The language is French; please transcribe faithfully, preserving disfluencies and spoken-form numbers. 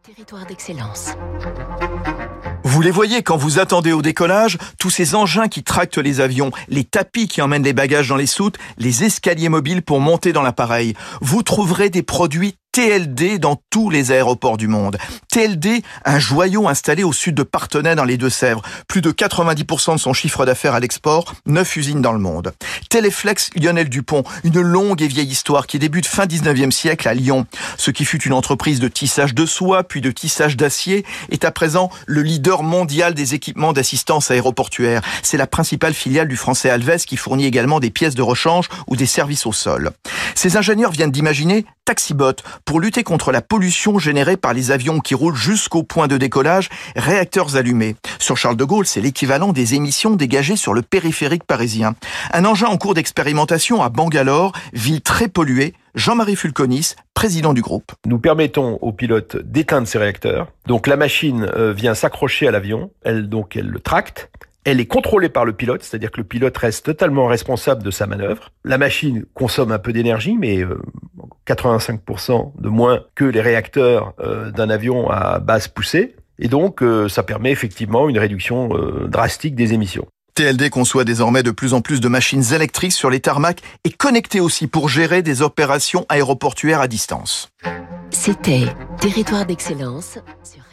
Territoire d'excellence. Vous les voyez quand vous attendez au décollage, tous ces engins qui tractent les avions, les tapis qui emmènent les bagages dans les soutes, les escaliers mobiles pour monter dans l'appareil. Vous trouverez des produits T L D dans tous les aéroports du monde. T L D, un joyau installé au sud de Parthenay dans les Deux-Sèvres. Plus de quatre-vingt-dix pour cent de son chiffre d'affaires à l'export, neuf usines dans le monde. Téléflex Lionel Dupont, une longue et vieille histoire qui débute fin dix-neuvième siècle à Lyon. Ce qui fut une entreprise de tissage de soie, puis de tissage d'acier, est à présent le leader mondial des équipements d'assistance aéroportuaire. C'est la principale filiale du français Alves qui fournit également des pièces de rechange ou des services au sol. Ces ingénieurs viennent d'imaginer Taxibot pour lutter contre la pollution générée par les avions qui roulent jusqu'au point de décollage, réacteurs allumés. Sur Charles de Gaulle, c'est l'équivalent des émissions dégagées sur le périphérique parisien. Un engin en cours d'expérimentation à Bangalore, ville très polluée. Jean-Marie Fulconis, président du groupe. Nous permettons aux pilotes d'éteindre ces réacteurs. Donc la machine euh, vient s'accrocher à l'avion, elle donc elle le tracte. Elle est contrôlée par le pilote, c'est-à-dire que le pilote reste totalement responsable de sa manœuvre. La machine consomme un peu d'énergie, mais euh, quatre-vingt-cinq pour cent de moins que les réacteurs euh, d'un avion à basse poussée. Et donc, euh, ça permet effectivement une réduction euh, drastique des émissions. T L D conçoit désormais de plus en plus de machines électriques sur les tarmacs et connectées aussi pour gérer des opérations aéroportuaires à distance. C'était Territoire d'excellence sur